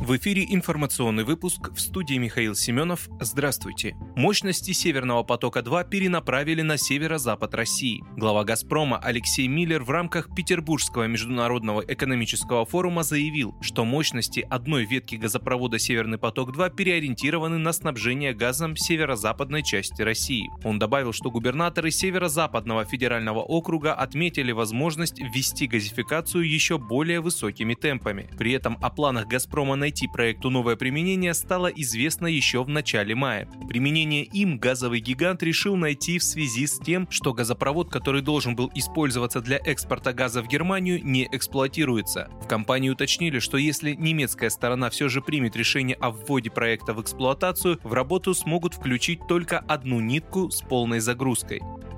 В эфире информационный выпуск, в студии Михаил Семенов. Здравствуйте. Мощности Северного потока-2 перенаправили на северо-запад России. Глава «Газпрома» Алексей Миллер в рамках Петербургского международного экономического форума заявил, что мощности одной ветки газопровода «Северный поток-2» переориентированы на снабжение газом северо-западной части России. Он добавил, что губернаторы Северо-Западного федерального округа отметили возможность ввести газификацию еще более высокими темпами. При этом о планах «Газпрома» найти проекту новое применение стало известно еще в начале мая. Применение им газовый гигант решил найти в связи с тем, что газопровод, который должен был использоваться для экспорта газа в Германию, не эксплуатируется. В компании уточнили, что если немецкая сторона все же примет решение о вводе проекта в эксплуатацию, в работу смогут включить только одну нитку с полной загрузкой.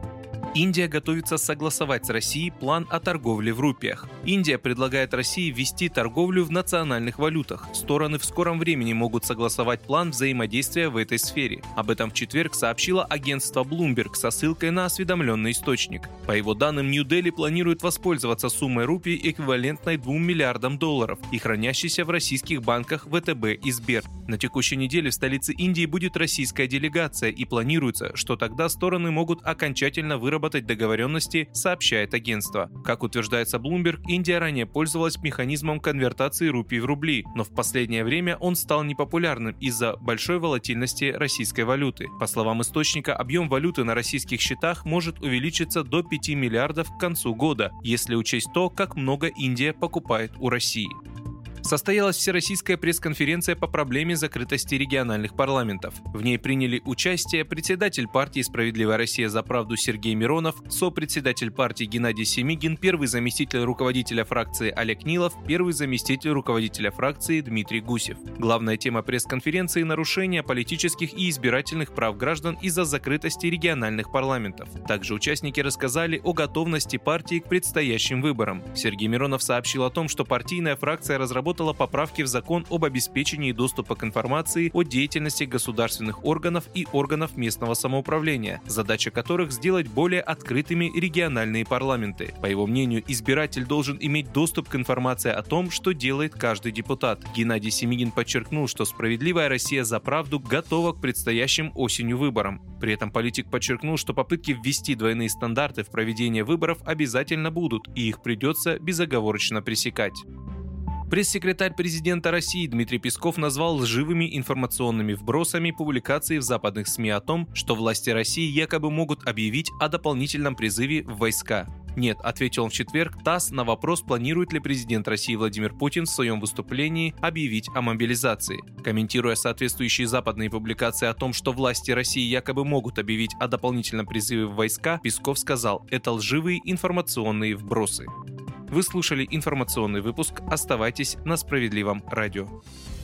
Индия готовится согласовать с Россией план о торговле в рупиях. Индия предлагает России ввести торговлю в национальных валютах. Стороны в скором времени могут согласовать план взаимодействия в этой сфере. Об этом в четверг сообщило агентство Bloomberg со ссылкой на осведомленный источник. По его данным, Нью-Дели планирует воспользоваться суммой рупий, эквивалентной $2 миллиардам и хранящейся в российских банках ВТБ и Сбер. На текущей неделе в столице Индии будет российская делегация, и планируется, что тогда стороны могут окончательно выработать договоренности, сообщает агентство. Как утверждается Bloomberg, Индия ранее пользовалась механизмом конвертации рупий в рубли, но в последнее время он стал непопулярным из-за большой волатильности российской валюты. По словам источника, объем валюты на российских счетах может увеличиться до 5 миллиардов к концу года, если учесть то, как много Индия покупает у России. Состоялась всероссийская пресс-конференция по проблеме закрытости региональных парламентов. В ней приняли участие председатель партии «Справедливая Россия за правду» Сергей Миронов, сопредседатель партии Геннадий Семигин, первый заместитель руководителя фракции Олег Нилов, первый заместитель руководителя фракции Дмитрий Гусев. Главная тема пресс-конференции – нарушение политических и избирательных прав граждан из-за закрытости региональных парламентов. Также участники рассказали о готовности партии к предстоящим выборам. Сергей Миронов сообщил о том, что партийная фракция разработала поправки в закон об обеспечении доступа к информации о деятельности государственных органов и органов местного самоуправления, задача которых сделать более открытыми региональные парламенты. По его мнению, избиратель должен иметь доступ к информации о том, что делает каждый депутат. Геннадий Семигин подчеркнул, что «Справедливая Россия за правду» готова к предстоящим осенью выборам. При этом политик подчеркнул, что попытки ввести двойные стандарты в проведение выборов обязательно будут, и их придется безоговорочно пресекать. Пресс-секретарь президента России Дмитрий Песков назвал лживыми информационными вбросами публикации в западных СМИ о том, что власти России якобы могут объявить о дополнительном призыве в войска. «Нет», — ответил он в четверг ТАСС на вопрос, планирует ли президент России Владимир Путин в своем выступлении объявить о мобилизации. Комментируя соответствующие западные публикации о том, что власти России якобы могут объявить о дополнительном призыве в войска, Песков сказал: «Это лживые информационные вбросы». Вы слушали информационный выпуск. Оставайтесь на Справедливом радио.